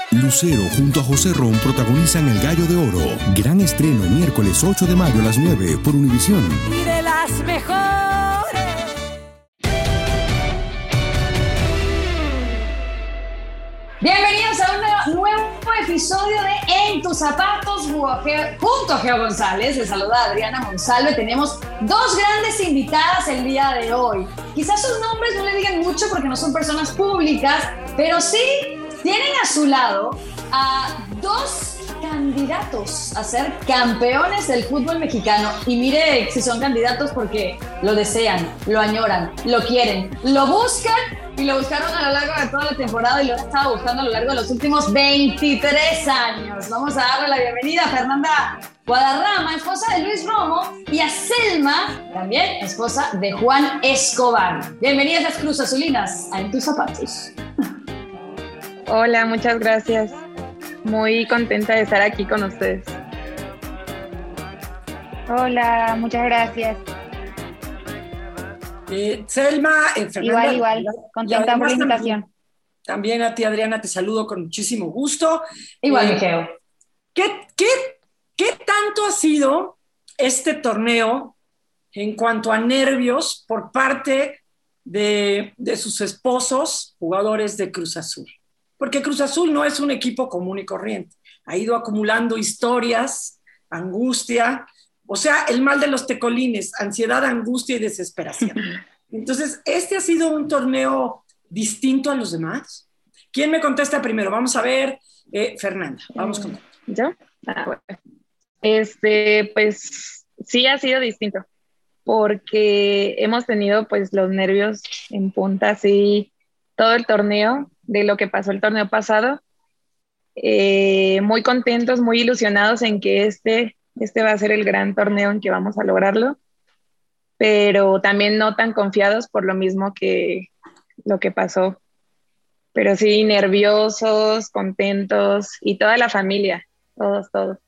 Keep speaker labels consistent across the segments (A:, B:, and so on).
A: Lucero junto a José Ron protagonizan El Gallo de Oro. Gran estreno miércoles 8 de mayo a las 9 por Univisión.
B: Y de las mejores.
C: Bienvenidos a un nuevo episodio de En tus zapatos junto a Geo González. Les saluda Adriana Monsalve. Tenemos dos grandes invitadas el día de hoy. Quizás sus nombres no le digan mucho porque no son personas públicas, pero sí tienen a su lado a dos candidatos a ser campeones del fútbol mexicano. Y mire si son candidatos porque lo desean, lo añoran, lo quieren, lo buscan y lo buscaron a lo largo de toda la temporada y lo han estado buscando a lo largo de los últimos 23 años. Vamos a darle la bienvenida a Fernanda Guadarrama, esposa de Luis Romo, y a Selma, también esposa de Juan Escobar. Bienvenidas las Cruz Azulinas a En tus zapatos.
D: Hola, muchas gracias. Muy contenta de estar aquí con ustedes.
E: Hola, muchas gracias.
F: Selma, Fernanda.
E: Igual, contenta por la invitación.
F: También a ti, Adriana, te saludo con muchísimo gusto.
C: Igual, Geo.
F: ¿Qué tanto ha sido este torneo en cuanto a nervios por parte de sus esposos, jugadores de Cruz Azul? Porque Cruz Azul no es un equipo común y corriente. Ha ido acumulando historias, angustia, o sea, el mal de los tecolines, ansiedad, angustia y desesperación. Entonces, ¿este ha sido un torneo distinto a los demás? ¿Quién me contesta primero? Vamos a ver, Fernanda, vamos con...
D: ¿Yo? Bueno. Pues sí ha sido distinto, porque hemos tenido pues los nervios en punta, así, todo el torneo, de lo que pasó el torneo pasado. Muy contentos, muy ilusionados en que este va a ser el gran torneo en que vamos a lograrlo, pero también no tan confiados por lo mismo que lo que pasó. Pero sí, nerviosos, contentos, y toda la familia, todos.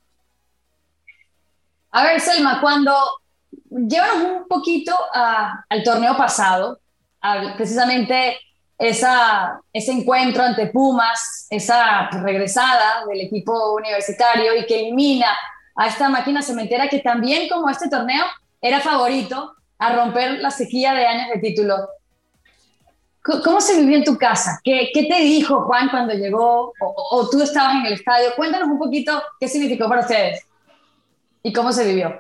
C: A ver, Selma, llévanos un poquito al torneo pasado, precisamente ese encuentro ante Pumas, esa regresada del equipo universitario y que elimina a esta máquina cementera que también, como este torneo, era favorito a romper la sequía de años de título. ¿Cómo se vivió en tu casa? ¿Qué te dijo Juan cuando llegó? ¿O tú estabas en el estadio? Cuéntanos un poquito qué significó para ustedes y cómo se vivió.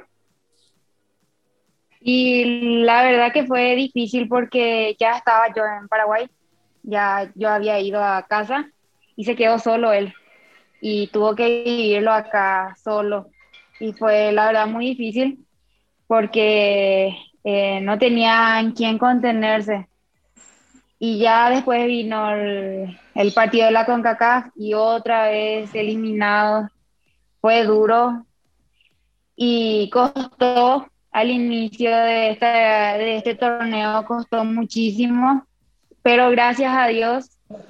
E: Y la verdad que fue difícil porque ya estaba yo en Paraguay, ya yo había ido a casa y se quedó solo él y tuvo que vivirlo acá solo. Y fue la verdad muy difícil porque no tenía en quién contenerse. Y ya después vino el partido de la CONCACAF y otra vez eliminado. Fue duro y costó al inicio de este torneo, costó muchísimo, pero gracias a Dios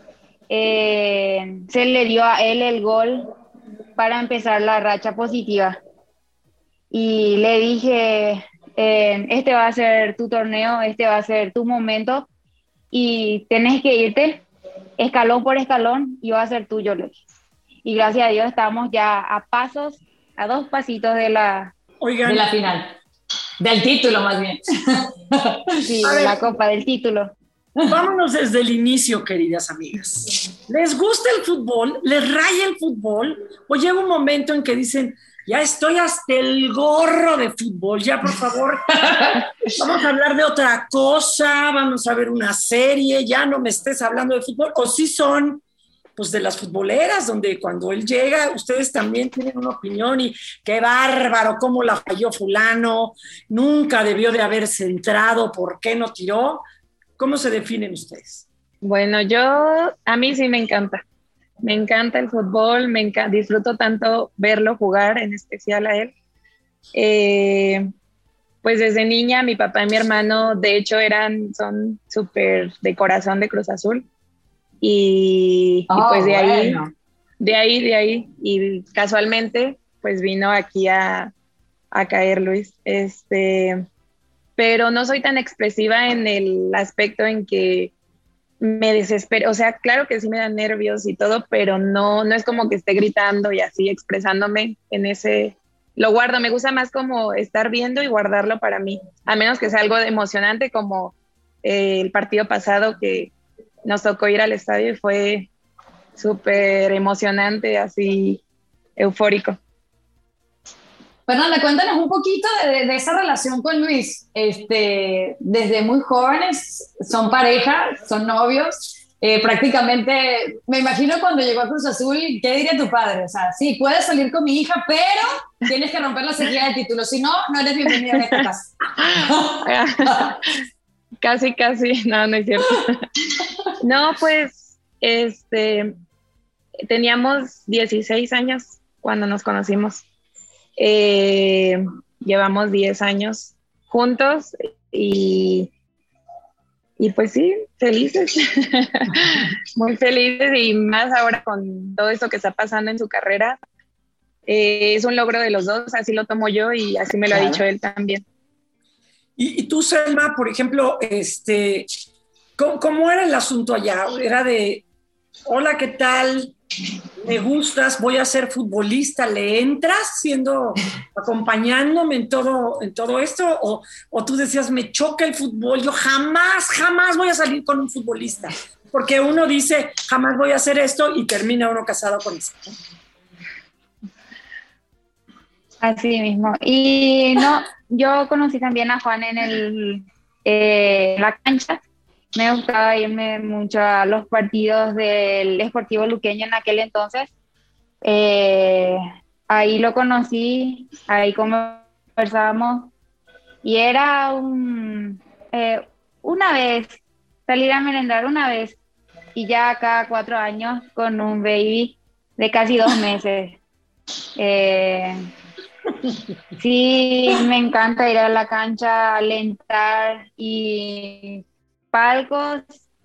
E: se le dio a él el gol para empezar la racha positiva. Y le dije, este va a ser tu torneo, este va a ser tu momento y tenés que irte escalón por escalón y va a ser tuyo, le dije. Y gracias a Dios estamos ya a 2 pasitos de la
C: final. Del título, más bien.
E: Sí, de la copa, del título.
F: Vámonos desde el inicio, queridas amigas. ¿Les gusta el fútbol? ¿Les raya el fútbol? ¿O llega un momento en que dicen, ya estoy hasta el gorro de fútbol, ya por favor, vamos a hablar de otra cosa, vamos a ver una serie, ya no me estés hablando de fútbol? ¿O sí son pues de las futboleras, donde cuando él llega, ustedes también tienen una opinión y qué bárbaro, cómo la falló fulano, nunca debió de haberse entrado, ¿por qué no tiró? ¿Cómo se definen ustedes?
D: Bueno, a mí sí me encanta el fútbol, disfruto tanto verlo jugar, en especial a él. Pues desde niña mi papá y mi hermano, de hecho, son súper de corazón de Cruz Azul. Y pues de ahí, y casualmente, pues vino aquí a caer Luis. Pero no soy tan expresiva en el aspecto en que me desespero, o sea, claro que sí me dan nervios y todo, pero no es como que esté gritando y así expresándome en ese, lo guardo, me gusta más como estar viendo y guardarlo para mí, a menos que sea algo emocionante como el partido pasado que nos tocó ir al estadio y fue súper emocionante, así eufórico.
C: Fernanda, cuéntanos un poquito de esa relación con Luis. Desde muy jóvenes, son pareja, son novios. Prácticamente, me imagino cuando llegó a Cruz Azul, ¿qué diría tu padre? O sea, sí, puedes salir con mi hija, pero tienes que romper la sequía del título. Si no, no eres bienvenido en esta casa.
D: Casi, no es cierto. No, pues, teníamos 16 años cuando nos conocimos. Llevamos 10 años juntos y pues sí, felices, muy felices, y más ahora con todo esto que está pasando en su carrera. Es un logro de los dos, así lo tomo yo y así me lo ha dicho él también.
F: Y tú, Selma, por ejemplo, ¿cómo era el asunto allá? ¿Era de, hola, ¿qué tal? ¿Me gustas? ¿Voy a ser futbolista? ¿Le entras acompañándome en todo esto? ¿O tú decías, me choca el fútbol, yo jamás voy a salir con un futbolista? Porque uno dice, jamás voy a hacer esto, y termina uno casado con eso.
E: Así mismo. Y no, yo conocí también a Juan en la cancha. Me gustaba irme mucho a los partidos del Sportivo Luqueño en aquel entonces. Ahí lo conocí, ahí conversábamos. Y era una vez, salir a merendar una vez. Y ya cada 4 años con un baby de casi 2 meses. Sí, me encanta ir a la cancha, alentar y palcos.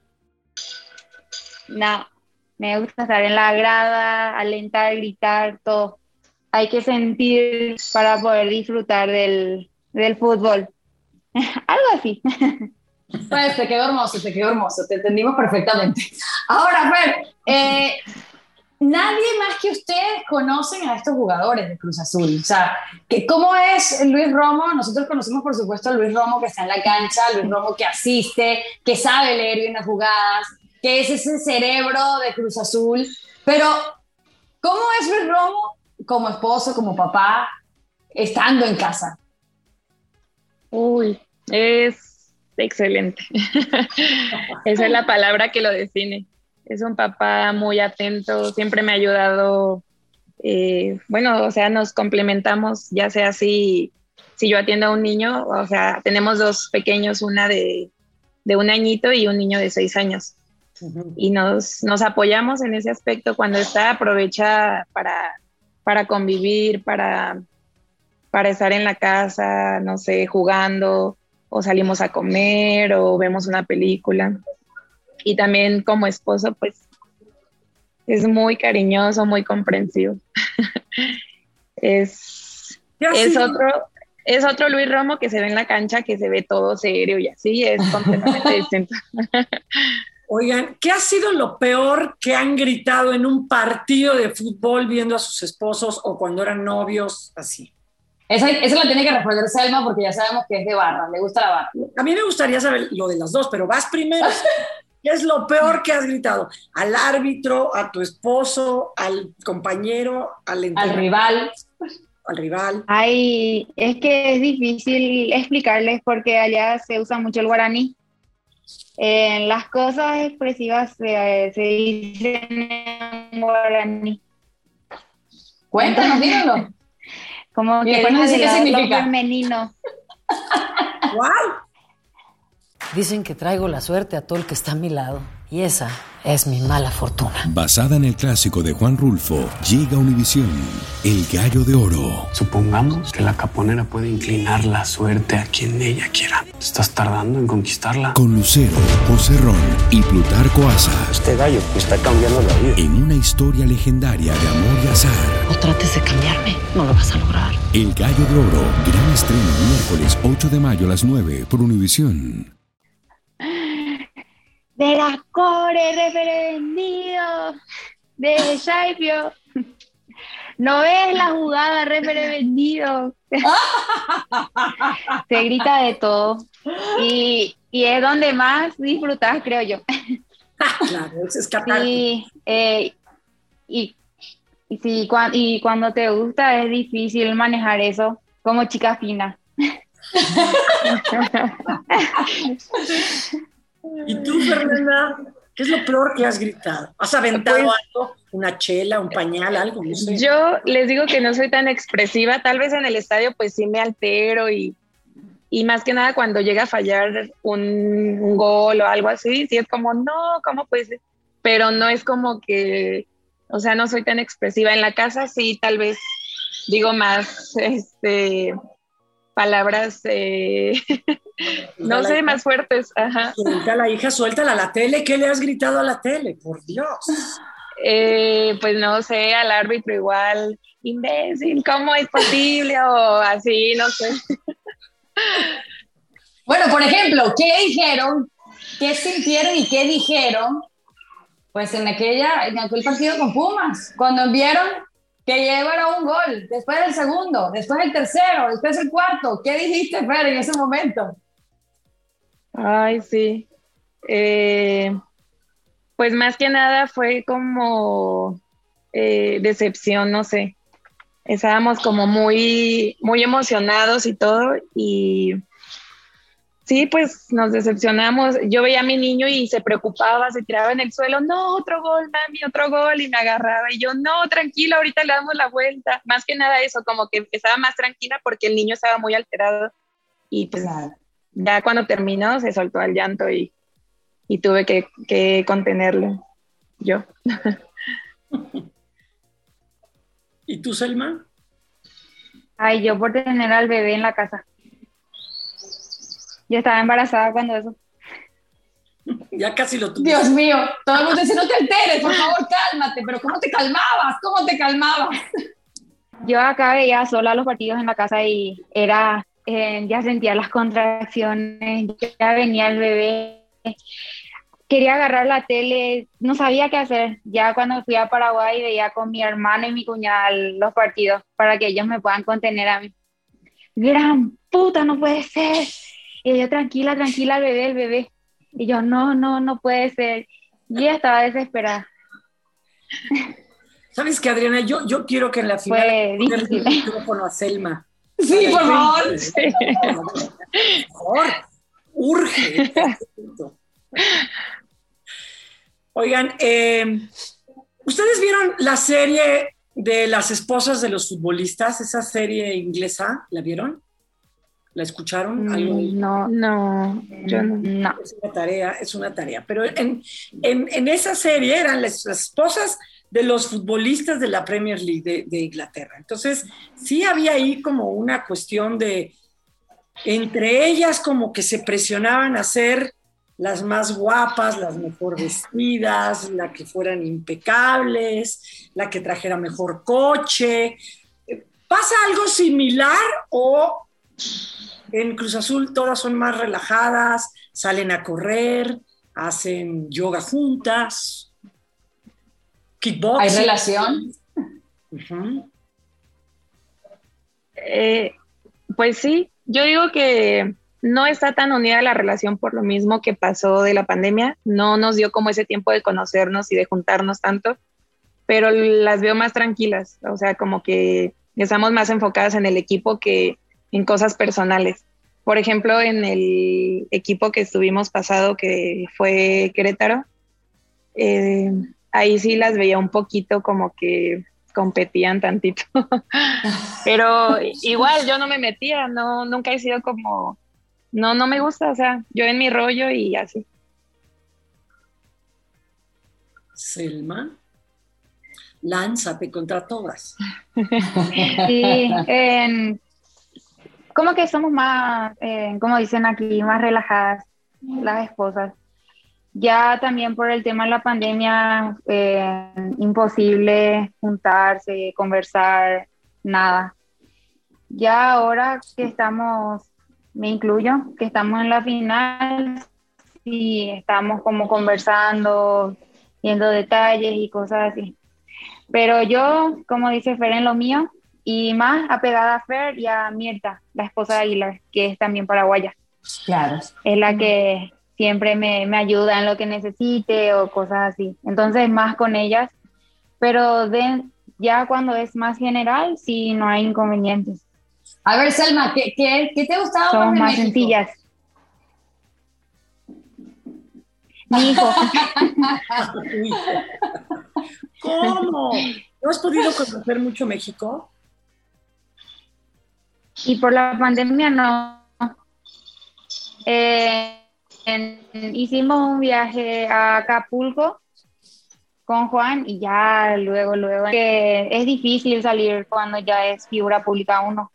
E: No, me gusta estar en la grada, alentar, gritar, todo. Hay que sentir para poder disfrutar del fútbol. Algo así.
C: Pues te quedó hermoso, te entendimos perfectamente. Ahora, Fer, nadie más que ustedes conocen a estos jugadores de Cruz Azul. O sea, ¿cómo es Luis Romo? Nosotros conocemos, por supuesto, a Luis Romo que está en la cancha, Luis Romo que asiste, que sabe leer bien las jugadas, que es ese cerebro de Cruz Azul. Pero, ¿cómo es Luis Romo como esposo, como papá, estando en casa?
D: Uy, es excelente. Esa es la palabra que lo define. Es un papá muy atento, siempre me ha ayudado, o sea, nos complementamos, ya sea si yo atiendo a un niño, o sea, tenemos 2 pequeños, una de 1 añito y un niño de 6 años. Uh-huh. Y nos apoyamos en ese aspecto. Cuando aprovecha para convivir, para estar en la casa, no sé, jugando, o salimos a comer, o vemos una película. Y también como esposo, pues, es muy cariñoso, muy comprensivo. Es otro Luis Romo que se ve en la cancha, que se ve todo serio y así, es completamente distinto.
F: Oigan, ¿qué ha sido lo peor que han gritado en un partido de fútbol viendo a sus esposos o cuando eran novios, así?
C: Esa la tiene que responder Selma, porque ya sabemos que es de barra, le gusta la barra.
F: A mí me gustaría saber lo de las dos, pero vas primero. ¿Qué es lo peor que has gritado? ¿Al árbitro, a tu esposo, al compañero, al
C: rival?
F: Al rival.
E: Ay, es que es difícil explicarles porque allá se usa mucho el guaraní. Las cosas expresivas se dicen en guaraní.
C: Cuéntanos, díganlo.
E: Como que
C: después nos dice qué significa.
E: Femenino.
F: ¡Wow!
B: Dicen que traigo la suerte a todo el que está a mi lado, y esa es mi mala fortuna.
A: Basada en el clásico de Juan Rulfo, llega a Univisión, El Gallo de Oro.
G: Supongamos que la caponera puede inclinar la suerte a quien ella quiera. ¿Estás tardando en conquistarla?
A: Con Lucero, José Ron y Plutarco Asa.
G: Este gallo me está cambiando la vida.
A: En una historia legendaria de amor y azar.
B: No trates de cambiarme, no lo vas a lograr.
A: El Gallo de Oro, gran estreno miércoles 8 de mayo a las 9 por Univisión.
E: de la Core, refere vendido, de Shaipio. No ves la jugada, refere vendido. Se grita de todo. Y es donde más disfrutas, creo yo.
F: Claro, es catártico.
E: Sí, y sí, y cuando te gusta es difícil manejar eso como chica fina.
F: ¿Y tú, Fernanda? ¿Qué es lo peor que has gritado? ¿Has aventado algo? ¿Una chela, un pañal, algo? No sé.
D: Yo les digo que no soy tan expresiva. Tal vez en el estadio pues sí me altero y más que nada cuando llega a fallar un gol o algo así, sí es como, no, ¿cómo puede ser? Pero no es como que, o sea, no soy tan expresiva. En la casa sí, tal vez digo más, palabras, no sé, más fuertes. Ajá.
F: Suéltala, hija, suéltala a la tele. ¿Qué le has gritado a la tele? Por Dios.
D: Pues no sé, al árbitro igual, imbécil, ¿cómo es posible? O así, no sé.
C: Bueno, por ejemplo, ¿qué dijeron? ¿Qué sintieron y qué dijeron? Pues en aquel partido con Pumas, cuando vieron que llevaron un gol, después del segundo, después del tercero, después del cuarto. ¿Qué dijiste, Fer, en ese momento?
D: Ay, sí. Pues más que nada fue como decepción, no sé. Estábamos como muy, muy emocionados y todo, y sí, pues nos decepcionamos. Yo veía a mi niño y se preocupaba, se tiraba en el suelo, no, otro gol, mami, otro gol, y me agarraba, y yo, no, tranquilo, ahorita le damos la vuelta. Más que nada eso, como que estaba más tranquila porque el niño estaba muy alterado, y pues ya cuando terminó se soltó al llanto y tuve que contenerlo yo.
F: ¿Y tú, Selma?
E: Ay, yo por tener al bebé en la casa. Yo estaba embarazada cuando eso.
F: Ya casi lo tuve.
C: Dios mío, todo el mundo dice, no te alteres, por favor, cálmate. Pero ¿cómo te calmabas? ¿Cómo te calmabas?
E: Yo acá veía sola los partidos en la casa y era, ya sentía las contracciones, ya venía el bebé. Quería agarrar la tele, no sabía qué hacer. Ya cuando fui a Paraguay veía con mi hermano y mi cuñada los partidos para que ellos me puedan contener a mí. Gran puta, no puede ser. Y yo, tranquila, tranquila, el bebé. Y yo, no puede ser. Y ella estaba desesperada.
F: ¿Sabes qué, Adriana? Yo quiero que en la final
E: Fue difícil.
F: el micrófono a Selma.
C: Sí, por favor.
F: Sí. Por favor, urge. Oigan, ¿ustedes vieron la serie de las esposas de los futbolistas? Esa serie inglesa, ¿la vieron? ¿La escucharon?
E: No, yo no.
F: Es una tarea. Pero en esa serie eran las esposas de los futbolistas de la Premier League de Inglaterra. Entonces, sí había ahí como una cuestión de, entre ellas como que se presionaban a ser las más guapas, las mejor vestidas, la que fueran impecables, la que trajera mejor coche. ¿Pasa algo similar o en Cruz Azul todas son más relajadas, salen a correr, hacen yoga juntas, kickboxing?
C: ¿Hay relación?
F: Uh-huh.
D: Pues sí, yo digo que no está tan unida la relación por lo mismo que pasó de la pandemia. No nos dio como ese tiempo de conocernos y de juntarnos tanto, pero las veo más tranquilas, o sea, como que estamos más enfocadas en el equipo que en cosas personales. Por ejemplo, en el equipo que estuvimos pasado, que fue Querétaro, ahí sí las veía un poquito como que competían tantito. Pero igual yo no me metía, nunca he sido como, no me gusta, o sea, yo en mi rollo y así.
F: Selma, lánzate contra todas.
E: Sí, como que somos más, como dicen aquí, más relajadas las esposas. Ya también por el tema de la pandemia, imposible juntarse, conversar, nada. Ya ahora que estamos, me incluyo, que estamos en la final, sí estábamos como conversando, viendo detalles y cosas así. Pero yo, como dice Fer, en lo mío, y más apegada a Fer y a Mirta, la esposa de Aguilar, que es también paraguaya.
C: Claro.
E: Es la que siempre me ayuda en lo que necesite o cosas así. Entonces, más con ellas. Pero ya cuando es más general, sí, no hay inconvenientes.
C: A ver, Selma, ¿qué te ha gustado
E: Somos
C: más de
E: más
C: México?
E: sencillas. Mi hijo.
F: ¿Cómo? ¿No has podido conocer mucho México?
E: Y por la pandemia no. Hicimos un viaje a Acapulco con Juan y ya luego, que es difícil salir cuando ya es figura pública uno.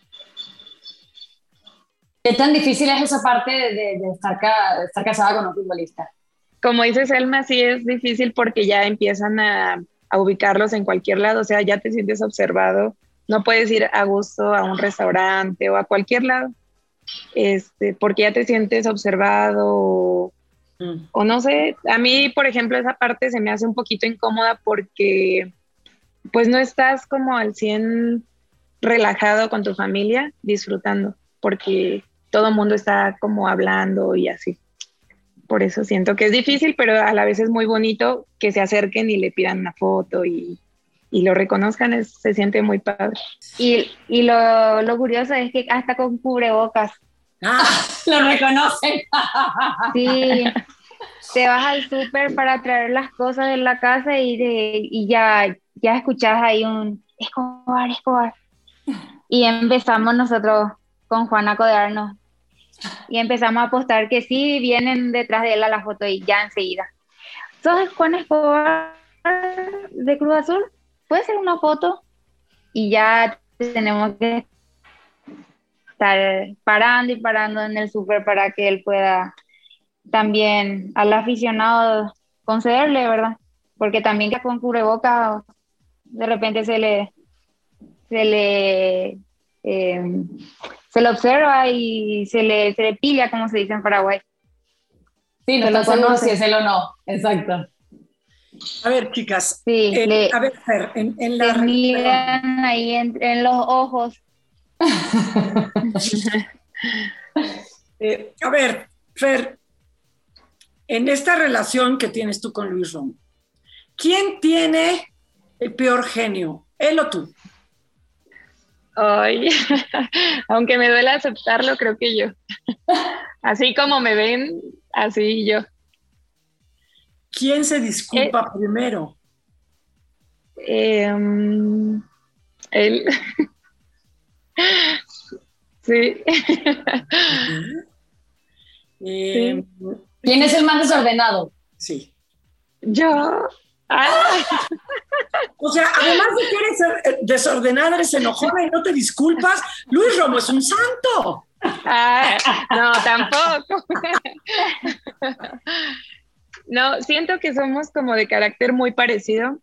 C: ¿Qué tan difícil es esa parte de estar casada con un futbolista?
D: Como dice Selma, sí es difícil porque ya empiezan a ubicarlos en cualquier lado, o sea, ya te sientes observado, no puedes ir a gusto a un restaurante o a cualquier lado, porque ya te sientes observado o no sé, a mí, por ejemplo, esa parte se me hace un poquito incómoda porque pues no estás como al 100 relajado con tu familia disfrutando, porque todo el mundo está como hablando y así. Por eso siento que es difícil, pero a la vez es muy bonito que se acerquen y le pidan una foto y lo reconozcan, se siente muy padre.
E: Y lo curioso es que hasta con cubrebocas.
C: Lo reconocen.
E: Sí, te vas al súper para traer las cosas de la casa y ya escuchás ahí un Escobar. Y empezamos nosotros con Juan a codearnos. Y empezamos a apostar que sí, vienen detrás de él a la foto y ya enseguida. ¿Sos Juan Escobar de Cruz Azul? ¿Puede ser una foto? Y ya tenemos que estar parando en el súper para que él pueda también al aficionado concederle, ¿verdad? Porque también que con cubrebocas de repente se le observa y se le pilla, como se dice en Paraguay.
C: Sí, no
E: Se lo
C: estás seguro
E: conoce.
C: si es él o no. Exacto.
F: A ver, chicas,
E: Sí,
F: a ver, Fer, en la
E: te miran ahí en los ojos.
F: a ver, Fer, en esta relación que tienes tú con Luis Romo, ¿quién tiene el peor genio? ¿Él o tú?
D: Ay, aunque me duele aceptarlo, creo que yo. Así como me ven, así yo.
F: ¿Quién se disculpa primero?
D: Él. Sí.
F: Sí.
C: ¿Quién es el más desordenado?
F: Sí.
D: Yo.
F: O sea, además de que eres desordenada, eres enojona y no te disculpas, Luis Romo es un santo.
D: No, tampoco. No, siento que somos como de carácter muy parecido,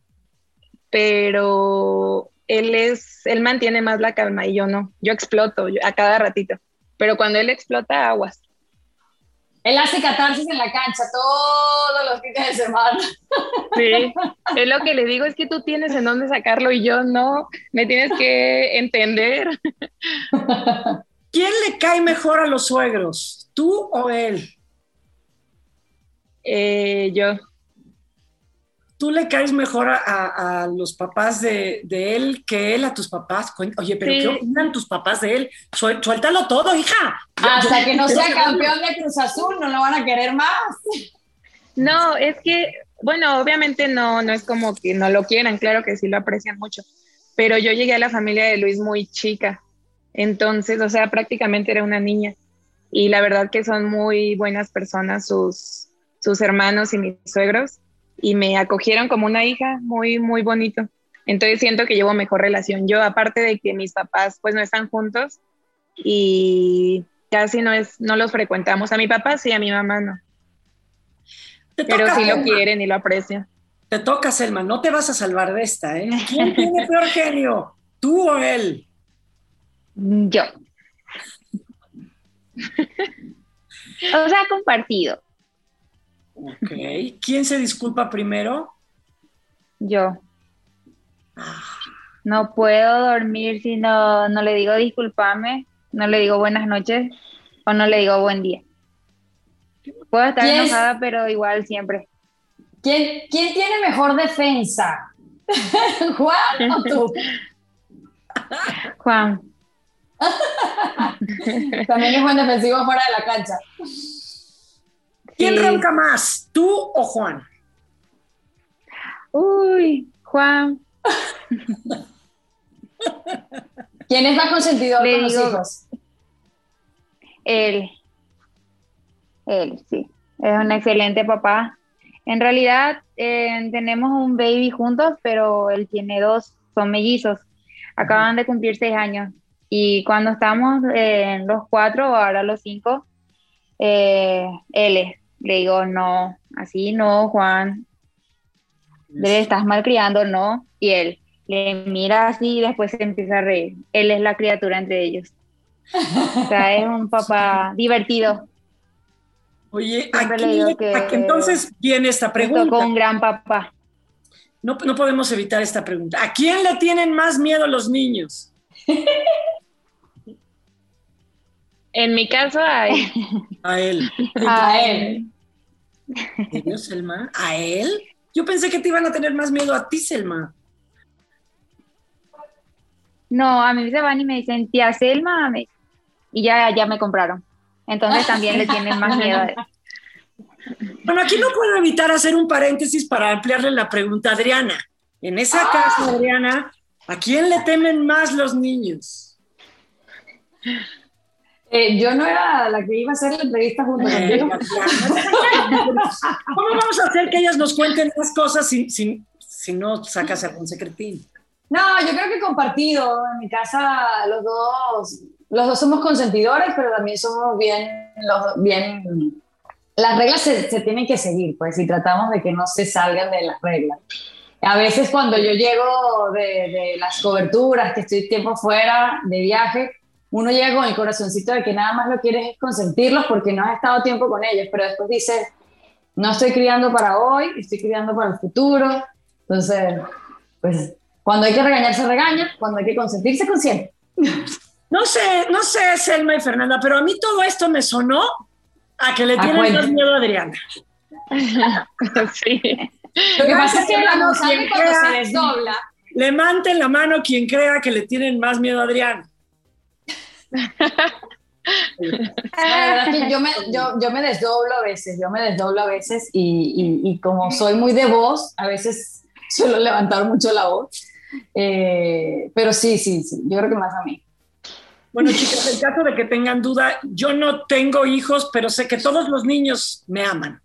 D: pero él mantiene más la calma y yo no. Yo exploto a cada ratito, pero cuando él explota, aguas.
C: Él hace catarsis en la cancha todos los fines de semana.
D: Sí, es lo que le digo, es que tú tienes en dónde sacarlo y yo no, me tienes que entender.
F: ¿Quién le cae mejor a los suegros, tú o él?
D: Yo.
F: ¿Tú le caes mejor a los papás de él que él a tus papás? Oye, ¿pero
D: sí.
F: qué opinan tus papás de él? Suéltalo todo, hija.
C: Hasta que no sea campeón de Cruz Azul, no lo van a querer más.
D: No, es que, bueno, obviamente no es como que no lo quieran, claro que sí lo aprecian mucho, pero yo llegué a la familia de Luis muy chica, entonces, o sea, prácticamente era una niña, y la verdad que son muy buenas personas sus hermanos y mis suegros, y me acogieron como una hija, muy, muy bonito. Entonces siento que llevo mejor relación. Yo, aparte de que mis papás pues no están juntos y casi no los frecuentamos. A mi papá sí, a mi mamá no. Pero sí lo quieren y lo aprecian.
F: Te toca, Selma, no te vas a salvar de esta, ¿eh? ¿Quién tiene peor genio? ¿Tú o él?
E: Yo. O sea, compartido.
F: Ok. ¿Quién se disculpa primero?
E: Yo. No puedo dormir si no le digo discúlpame, no le digo buenas noches o no le digo buen día. Puedo estar enojada, pero igual siempre.
C: ¿Quién tiene mejor defensa? ¿Juan o tú?
E: Juan.
C: También es buen defensivo fuera de la cancha.
F: ¿Quién ronca más, tú o Juan?
E: Uy, Juan.
C: ¿Quién es más consentidor con los hijos?
E: Él, sí. Es un excelente papá. En realidad tenemos un baby juntos, pero él tiene 2, son mellizos. Acaban de cumplir 6 años. Y cuando estamos los 4, o ahora los 5, le digo, no, así no, Juan. Le estás malcriando, no. Y él le mira así y después se empieza a reír. Él es la criatura entre ellos. O sea, es un papá divertido.
F: Oye, aquí entonces viene esta pregunta.
E: Con un gran papá.
F: No podemos evitar esta pregunta. ¿A quién le tienen más miedo los niños?
D: En mi caso, a él.
F: A él.
C: A él.
F: ¿En serio, Selma? ¿A él? Yo pensé que te iban a tener más miedo a ti, Selma.
E: No, a mí se van y me dicen, tía Selma, y ya me compraron. Entonces también le tienen más miedo a él.
F: Bueno, aquí no puedo evitar hacer un paréntesis para ampliarle la pregunta a Adriana. En esa casa, Adriana, ¿a quién le temen más los niños?
C: Yo no era la que iba a hacer la entrevista junto contigo.
F: ¿Cómo vamos a hacer que ellas nos cuenten las cosas si no sacas algún secretín?
C: No, yo creo que compartido. En mi casa los dos somos consentidores, pero también somos bien. Las reglas se tienen que seguir, pues, y tratamos de que no se salgan de las reglas. A veces cuando yo llego de las coberturas, que estoy tiempo fuera de viaje, uno llega con el corazoncito de que nada más lo quieres es consentirlos porque no has estado tiempo con ellos, pero después dices, no estoy criando para hoy, estoy criando para el futuro. Entonces, pues, cuando hay que regañar, se regaña, cuando hay que consentir, se consiente.
F: No sé, Selma y Fernanda, pero a mí todo esto me sonó a que le tienen más miedo a Adriana.
D: Sí.
C: Lo que pasa es que la Monsalve cuando se desdobla...
F: Levanten la mano quien crea que le tienen más miedo a Adriana.
C: La verdad es que yo me desdoblo a veces y como soy muy de voz, a veces suelo levantar mucho la voz, pero sí, yo creo que más a mí.
F: Bueno, chicas, en caso de que tengan duda, yo no tengo hijos, pero sé que todos los niños me aman.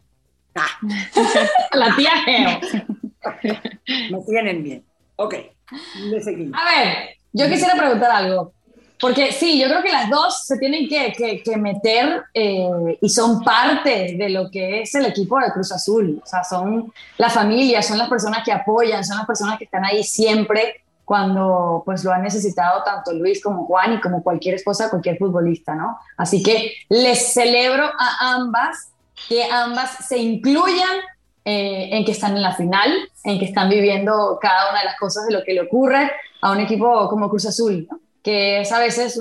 C: La tía Geo.
F: Me tienen bien. Ok, le seguimos.
C: A ver, yo quisiera preguntar algo. Porque sí, yo creo que las dos se tienen que meter y son parte de lo que es el equipo de Cruz Azul. O sea, son la familia, son las personas que apoyan, son las personas que están ahí siempre cuando pues lo han necesitado tanto Luis como Juan y como cualquier esposa, cualquier futbolista, ¿no? Así que les celebro a ambas que ambas se incluyan en que están en la final, en que están viviendo cada una de las cosas de lo que le ocurre a un equipo como Cruz Azul, ¿no? Que es a veces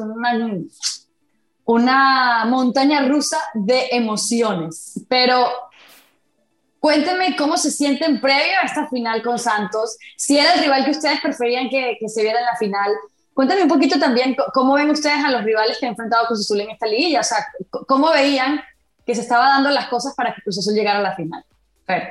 C: una montaña rusa de emociones. Pero cuéntenme cómo se sienten previo a esta final con Santos, si era el rival que ustedes preferían que se viera en la final. Cuéntenme un poquito también cómo ven ustedes a los rivales que ha enfrentado Cruz Azul en esta liguilla, o sea, cómo veían que se estaban dando las cosas para que Cruz Azul llegara a la final. Fer.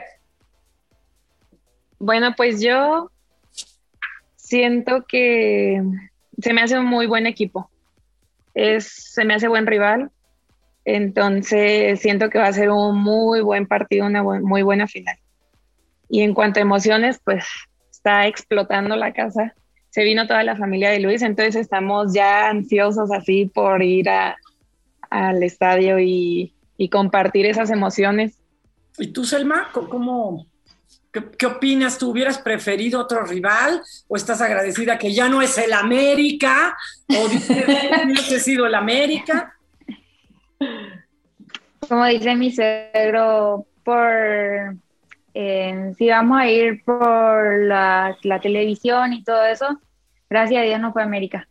D: Bueno, pues yo siento que se me hace un muy buen equipo. Se me hace buen rival. Entonces siento que va a ser un muy buen partido, una muy buena final. Y en cuanto a emociones, pues está explotando la casa. Se vino toda la familia de Luis, entonces estamos ya ansiosos así por ir al estadio y compartir esas emociones.
F: ¿Y tú, Selma, qué opinas? ¿Tú hubieras preferido otro rival o estás agradecida que ya no es el América o dices que hubiese sido el América?
E: Como dice mi suegro, si vamos a ir por la televisión y todo eso, gracias a Dios no fue América.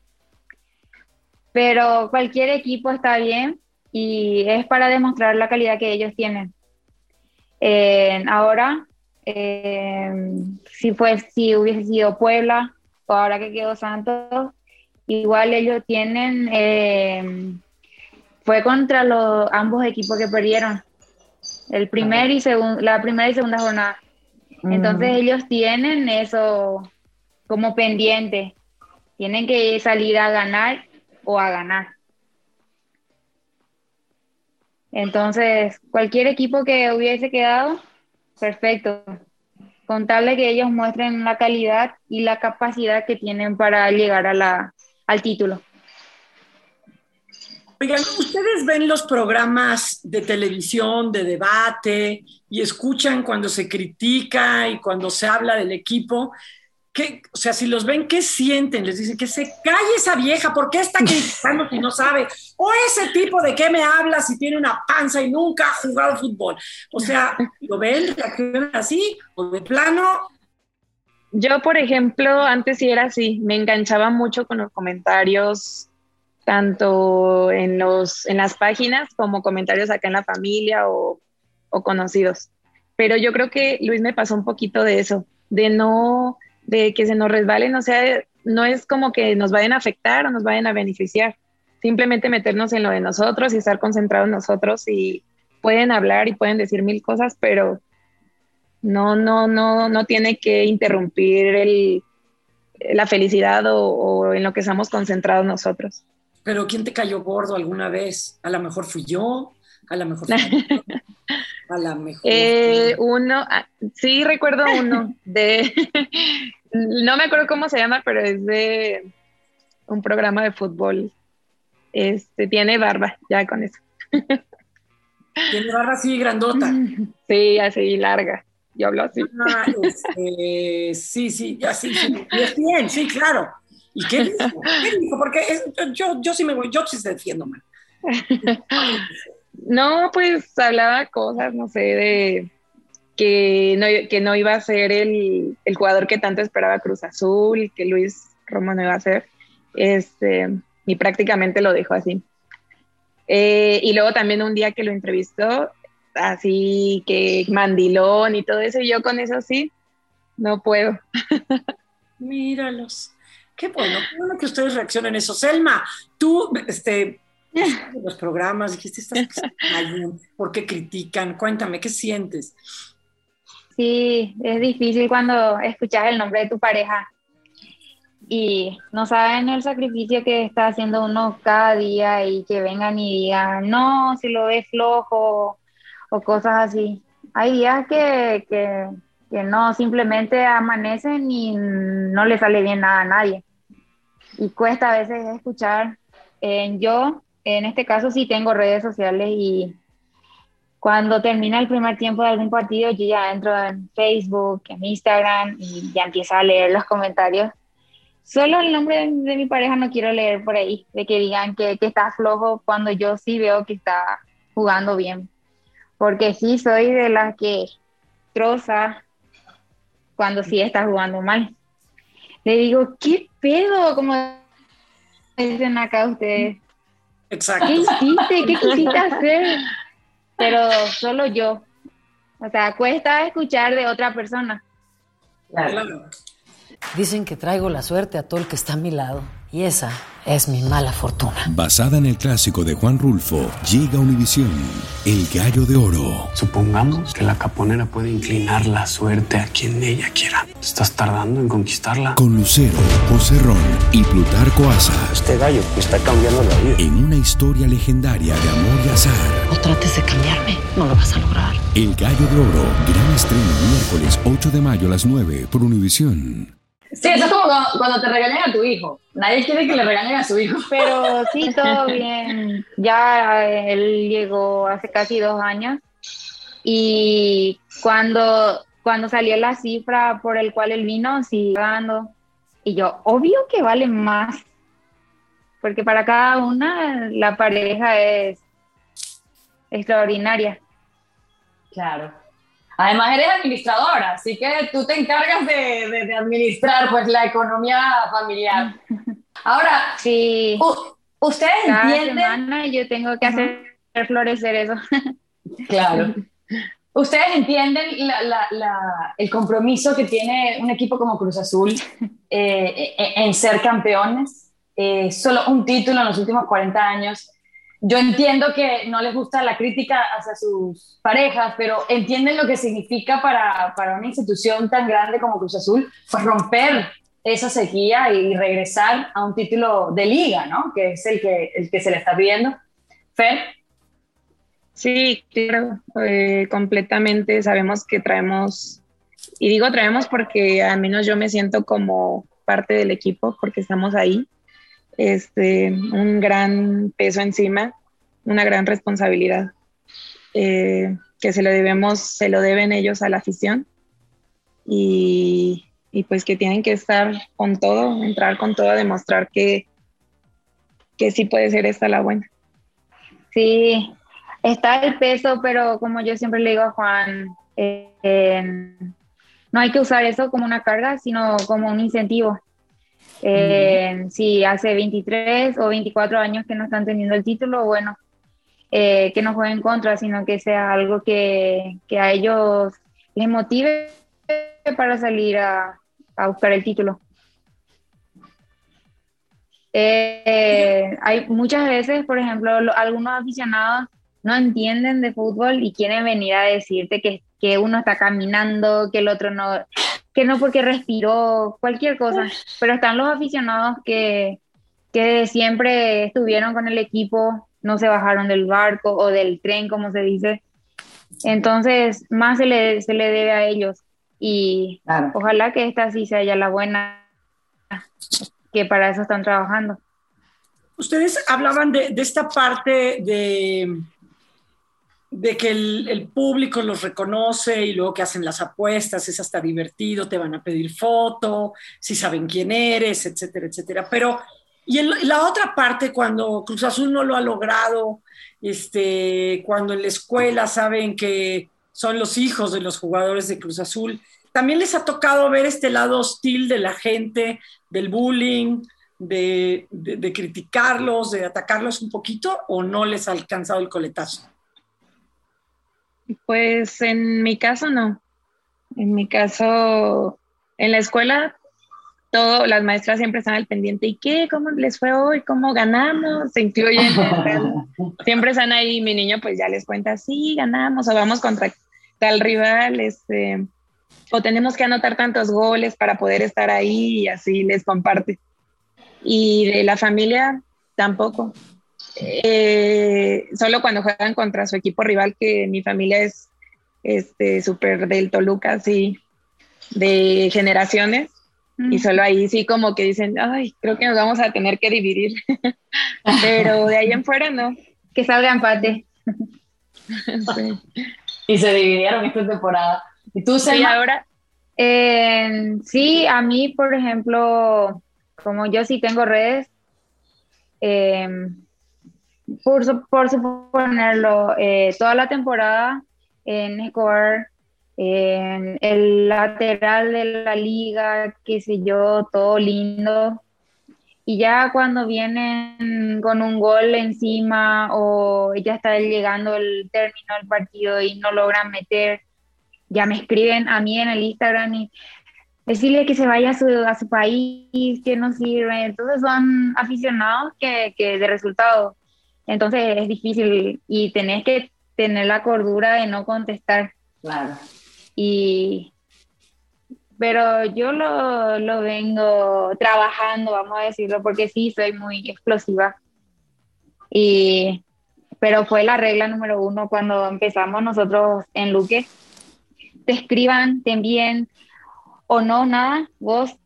E: Pero cualquier equipo está bien y es para demostrar la calidad que ellos tienen. Ahora, si hubiese sido Puebla o ahora que quedó Santos, igual ellos tienen, fue contra ambos equipos que perdieron, la primera y segunda jornada. Entonces ellos tienen eso como pendiente, tienen que salir a ganar o a ganar. Entonces, cualquier equipo que hubiese quedado, perfecto. Con tal de que ellos muestren la calidad y la capacidad que tienen para llegar al título.
F: Oigan, ¿ustedes ven los programas de televisión, de debate, y escuchan cuando se critica y cuando se habla del equipo? O sea, si los ven, ¿qué sienten? Les dicen que se calle esa vieja, ¿por qué está criticando si no sabe? O ese tipo, ¿de qué me habla si tiene una panza y nunca ha jugado fútbol? O sea, ¿lo ven? ¿Reaccionan así? ¿O de plano?
D: Yo, por ejemplo, antes sí era así, me enganchaba mucho con los comentarios, tanto en las páginas como comentarios acá en la familia o conocidos. Pero yo creo que Luis me pasó un poquito de eso, de que se nos resbalen, o sea, no es como que nos vayan a afectar o nos vayan a beneficiar, simplemente meternos en lo de nosotros y estar concentrados en nosotros, y pueden hablar y pueden decir mil cosas, pero no tiene que interrumpir la felicidad o en lo que estamos concentrados nosotros.
F: Pero ¿quién te cayó gordo alguna vez? A lo mejor fui yo, a lo mejor fui yo. A lo mejor.
D: Sí, recuerdo uno no me acuerdo cómo se llama, pero es de un programa de fútbol. Tiene barba, ya con eso.
F: Tiene barba así grandota.
D: Sí, así larga. Yo hablo así.
F: Sí, así. Y es bien, sí, claro. ¿Y qué dijo? Porque yo sí se defiendo, man.
D: No, pues hablaba cosas, no sé, de que no iba a ser el jugador que tanto esperaba Cruz Azul, que Luis Romo no iba a ser, y prácticamente lo dejó así. Y luego también un día que lo entrevistó, así que mandilón y todo eso, y yo con eso sí, no puedo.
F: Míralos. Qué bueno que ustedes reaccionen a eso. Selma, tú, los programas, dijiste, ¿por qué critican? Cuéntame, ¿qué sientes?
E: Sí, es difícil cuando escuchas el nombre de tu pareja y no saben el sacrificio que está haciendo uno cada día, y que vengan y digan, no, si lo ves flojo o cosas así. Hay días que no, simplemente amanecen y no le sale bien nada a nadie. Y cuesta a veces escuchar. Yo, en este caso, sí tengo redes sociales, y cuando termina el primer tiempo de algún partido, yo ya entro en Facebook, en Instagram, y ya empiezo a leer los comentarios. Solo el nombre de mi pareja no quiero leer por ahí, de que digan que está flojo cuando yo sí veo que está jugando bien. Porque sí soy de las que troza cuando sí está jugando mal. Le digo, ¿qué pedo? Como dicen acá ustedes.
F: Exacto.
E: ¿Qué hiciste? ¿Qué quisiste hacer? Pero solo yo. O sea, cuesta escuchar de otra persona.
F: Claro.
B: Dicen que traigo la suerte a todo el que está a mi lado, y esa es mi mala fortuna.
A: Basada en el clásico de Juan Rulfo, llega Univisión, El Gallo de Oro.
G: Supongamos que la caponera puede inclinar la suerte a quien ella quiera. ¿Estás tardando en conquistarla?
A: Con Lucero, José Ron y Plutarco Asa.
G: Este gallo me está cambiando la vida.
A: En una historia legendaria de amor y azar.
B: No trates de cambiarme, no lo vas a lograr.
A: El Gallo de Oro, gran estreno miércoles 8 de mayo a las 9 por Univisión.
C: Sí, eso es como cuando te regañan a tu hijo. Nadie quiere que le regañen a su hijo.
E: Pero sí, todo bien. Ya él llegó hace casi 2 años, y cuando salió la cifra por el cual él vino, sí, pagando. Y yo, obvio que vale más, porque para cada una la pareja es extraordinaria.
C: Claro. Además eres administradora, así que tú te encargas de administrar pues la economía familiar. Ahora,
E: Sí,
C: ustedes
E: cada
C: entienden,
E: semana yo tengo que hacer florecer eso.
C: claro, ustedes entienden el compromiso que tiene un equipo como Cruz Azul en ser campeones. Solo un título en los últimos 40 años. Yo entiendo que no les gusta la crítica hacia sus parejas, pero entienden lo que significa para una institución tan grande como Cruz Azul, pues romper esa sequía y regresar a un título de liga, ¿no? Que es el que se le está pidiendo. Fer.
D: Sí, claro, completamente sabemos que traemos, y digo traemos porque al menos yo me siento como parte del equipo porque estamos ahí, un gran peso encima, una gran responsabilidad que se lo deben ellos a la afición y pues que tienen que estar con todo, entrar con todo, demostrar que sí puede ser esta la buena.
E: Sí, está el peso, pero como yo siempre le digo a Juan, no hay que usar eso como una carga, sino como un incentivo. Si hace 23 o 24 años que no están teniendo el título, bueno, que no jueguen en contra, sino que sea algo que a ellos les motive para salir a buscar el título. Hay muchas veces, por ejemplo, algunos aficionados no entienden de fútbol y quieren venir a decirte que uno está caminando, que el otro no, que no porque respiró, cualquier cosa. Pero están los aficionados que siempre estuvieron con el equipo, no se bajaron del barco o del tren, como se dice. Entonces, más se le debe a ellos. Y claro, ojalá que esta sí sea ya la buena, que para eso están trabajando.
F: Ustedes hablaban de esta parte de que el público los reconoce y luego que hacen las apuestas, es hasta divertido, te van a pedir foto, si saben quién eres, etcétera, etcétera. Pero, y la otra parte, cuando Cruz Azul no lo ha logrado, cuando en la escuela saben que son los hijos de los jugadores de Cruz Azul, ¿también les ha tocado ver este lado hostil de la gente, del bullying, de criticarlos, de atacarlos un poquito, o no les ha alcanzado el coletazo?
D: Pues en mi caso no. En mi caso, en la escuela, las maestras siempre están al pendiente. ¿Y qué? ¿Cómo les fue hoy? ¿Cómo ganamos? Se incluyen. Siempre están ahí. Mi niño pues ya les cuenta, sí, ganamos, o vamos contra tal rival, o tenemos que anotar tantos goles para poder estar ahí, y así les comparte. Y de la familia, tampoco. Solo cuando juegan contra su equipo rival, que mi familia es súper del Toluca, así, de generaciones, y solo ahí sí como que dicen, ay, creo que nos vamos a tener que dividir. Pero de ahí en fuera no.
E: Que salga empate.
C: Sí. Y se dividieron esta temporada. ¿Y tú, Selma?
D: Sí, ahora.
E: Sí, a mí, por ejemplo, como yo sí tengo redes, por suponerlo, toda la temporada en Escobar, en el lateral de la liga, qué sé yo, todo lindo. Y ya cuando vienen con un gol encima o ya está llegando el término del partido y no logran meter, ya me escriben a mí en el Instagram y decirle que se vaya a su país, que no sirve. Entonces son aficionados que de resultado. Entonces es difícil y tenés que tener la cordura de no contestar.
C: Claro.
E: Pero yo lo vengo trabajando, vamos a decirlo, porque sí, soy muy explosiva. Pero fue la regla número 1 cuando empezamos nosotros en Luque. Te escriban, te envíen o no, nada, vos.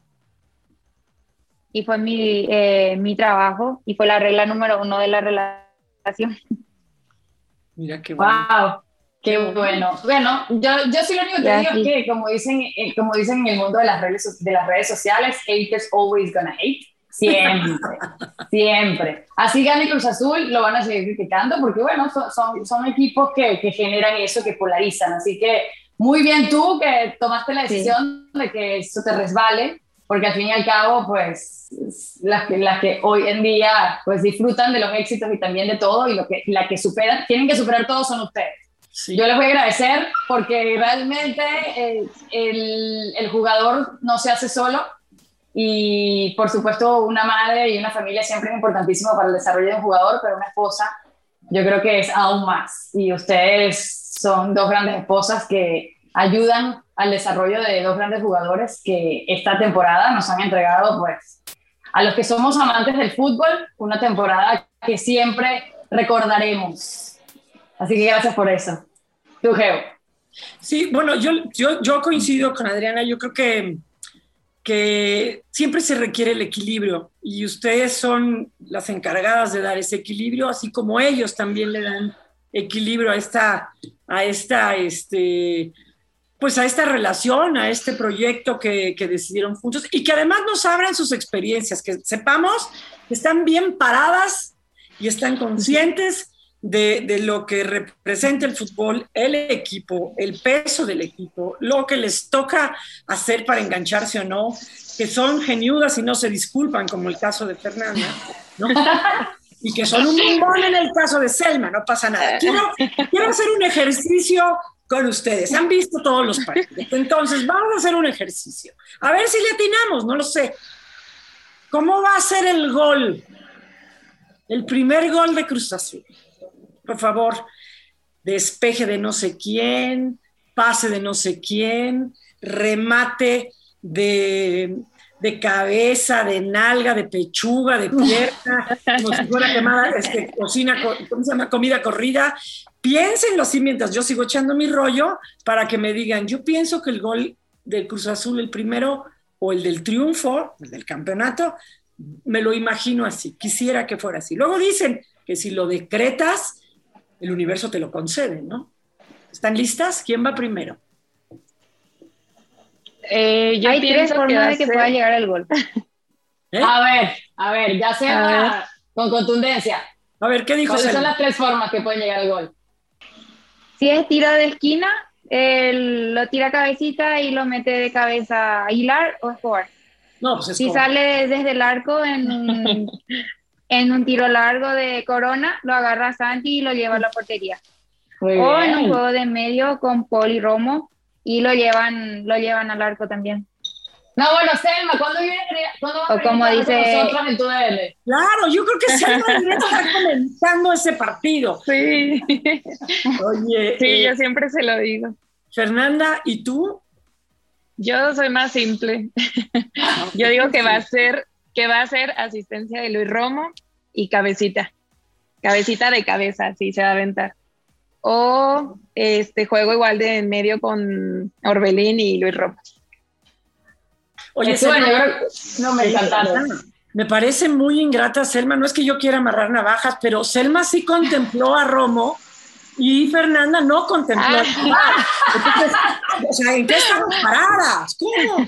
E: Y fue mi trabajo y fue la regla número 1 de la relación.
F: Mira qué bueno.
C: ¡Wow! Qué bueno. Bueno, yo sí lo único que digo es que, como dicen en el mundo de las redes sociales, haters always gonna hate. Siempre, siempre. Así gane Cruz Azul, lo van a seguir criticando porque, bueno, son equipos que generan eso, que polarizan. Así que muy bien tú que tomaste la decisión de que eso te resbale, porque al fin y al cabo, pues, las que hoy en día pues disfrutan de los éxitos y también de todo, y la que tienen que superar todo son ustedes. Sí. Yo les voy a agradecer porque realmente el jugador no se hace solo, y por supuesto una madre y una familia siempre es importantísimo para el desarrollo de un jugador, pero una esposa yo creo que es aún más, y ustedes son dos grandes esposas que ayudan al desarrollo de dos grandes jugadores que esta temporada nos han entregado, pues, a los que somos amantes del fútbol, una temporada que siempre recordaremos. Así que gracias por eso. Tú, Geo.
F: Sí, bueno, yo coincido con Adriana. Yo creo que siempre se requiere el equilibrio, y ustedes son las encargadas de dar ese equilibrio, así como ellos también le dan equilibrio a esta relación, a este proyecto que decidieron juntos, y que además nos abran sus experiencias, que sepamos que están bien paradas y están conscientes de lo que representa el fútbol, el equipo, el peso del equipo, lo que les toca hacer para engancharse o no, que son geniudas y no se disculpan, como el caso de Fernanda, ¿no? Y que son un bombón en el caso de Selma, no pasa nada. Quiero hacer un ejercicio con ustedes. Han visto todos los partidos. Entonces, vamos a hacer un ejercicio. A ver si le atinamos, no lo sé. ¿Cómo va a ser el gol? El primer gol de Cruz Azul. Por favor, despeje de no sé quién, pase de no sé quién, remate de cabeza, de nalga, de pechuga, de pierna, como si fuera quemada, ¿cómo se llama? Comida corrida. Piénsenlo así mientras yo sigo echando mi rollo para que me digan. Yo pienso que el gol del Cruz Azul, el primero, o el del triunfo, el del campeonato, me lo imagino así. Quisiera que fuera así. Luego dicen que si lo decretas, el universo te lo concede, ¿no? ¿Están listas? ¿Quién va primero?
E: Hay tres formas de que pueda llegar el gol.
C: A ver, ya sea con contundencia.
F: A ver, ¿qué dijo?
C: ¿Cuáles son las tres formas que pueden llegar al gol?
E: Si es tiro de esquina, lo tira cabecita y lo mete de cabeza. Aguilar o Escobar.
F: No, pues
E: si sale desde el arco en un tiro largo de Corona, lo agarra Santi y lo lleva a la portería. O en un juego de medio con Paul y Romo, y lo llevan al arco también.
C: No, bueno, Selma, ¿cuándo vas a venir con nosotros en tu DL?
F: Claro, yo creo que Selma debería estar comenzando ese partido.
D: Sí.
F: Oye,
D: sí, yo siempre se lo digo.
F: Fernanda, ¿y tú?
D: Yo soy más simple. Yo digo que va a ser asistencia de Luis Romo y cabecita de cabeza, sí se va a aventar. O juego igual de en medio con Orbelín y Luis Romo.
F: Oye,
C: no me encantaron.
F: Me parece muy ingrata Selma, no es que yo quiera amarrar navajas, pero Selma sí contempló a Romo y Fernanda no contempló a Romo. Entonces, o sea, ¿en qué estamos paradas? ¿Cómo?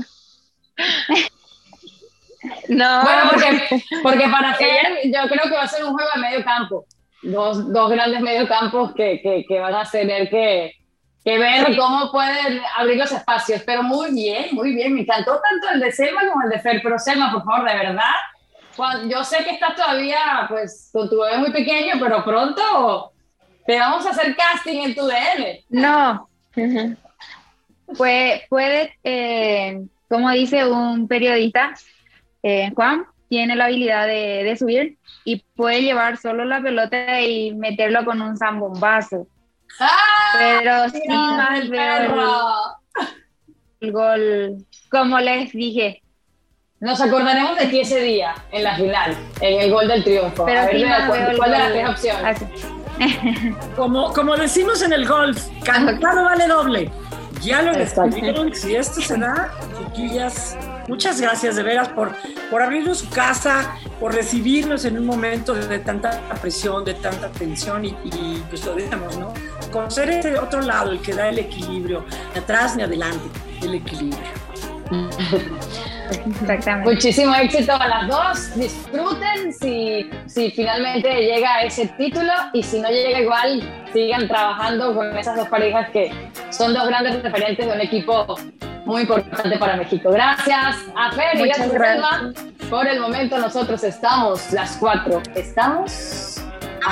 E: No.
C: Bueno, porque para Fer yo creo que va a ser un juego de medio campo. Dos grandes mediocampos que van a tener que ver cómo pueden abrir los espacios. Pero muy bien, me encantó tanto el de Selma como el de Fer. Pero Selma, por favor, de verdad, yo sé que estás todavía pues con tu bebé muy pequeño, pero pronto te vamos a hacer casting en tu DL.
E: No, puede, como dice un periodista, Juan, tiene la habilidad de subir y puede llevar solo la pelota y meterlo con un zambombazo. Pero sí más veo el gol, como les dije.
C: Nos acordaremos de ti ese día, en la final, en el gol del triunfo.
E: Pero
C: a ver,
E: sí
C: ¿cuál de las tres opciones?
F: Como decimos en el golf, cantado vale doble. Ya lo descubrieron. Si esto se da, chiquillas, muchas gracias de veras por abrirnos su casa, por recibirnos en un momento de tanta presión, de tanta tensión y pues lo digamos, ¿no? Conocer ese otro lado, el que da el equilibrio, ni atrás ni adelante, el equilibrio.
E: Exactamente.
C: Muchísimo éxito a las dos. Disfruten si finalmente llega ese título, y si no llega igual, sigan trabajando con esas dos parejas que son dos grandes referentes de un equipo muy importante para México. Gracias a Fer y gracias a Selma. Por el momento nosotros estamos las 4. Estamos...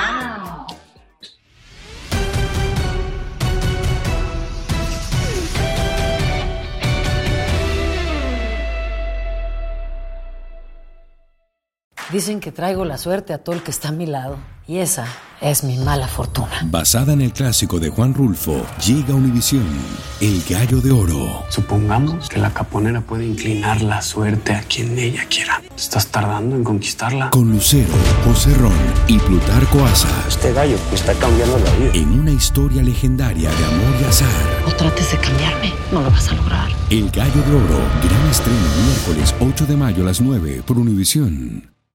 B: Dicen que traigo la suerte a todo el que está a mi lado, y esa es mi mala fortuna.
A: Basada en el clásico de Juan Rulfo, llega Univisión, El Gallo de Oro.
G: Supongamos que la caponera puede inclinar la suerte a quien ella quiera. ¿Te estás tardando en conquistarla?
A: Con Lucero, José Ron y Plutarco Asa.
H: Este gallo me está cambiando la vida.
A: En una historia legendaria de amor y azar.
B: No trates de cambiarme, no lo vas a lograr.
A: El Gallo de Oro, gran estreno miércoles 8 de mayo a las 9 por Univisión.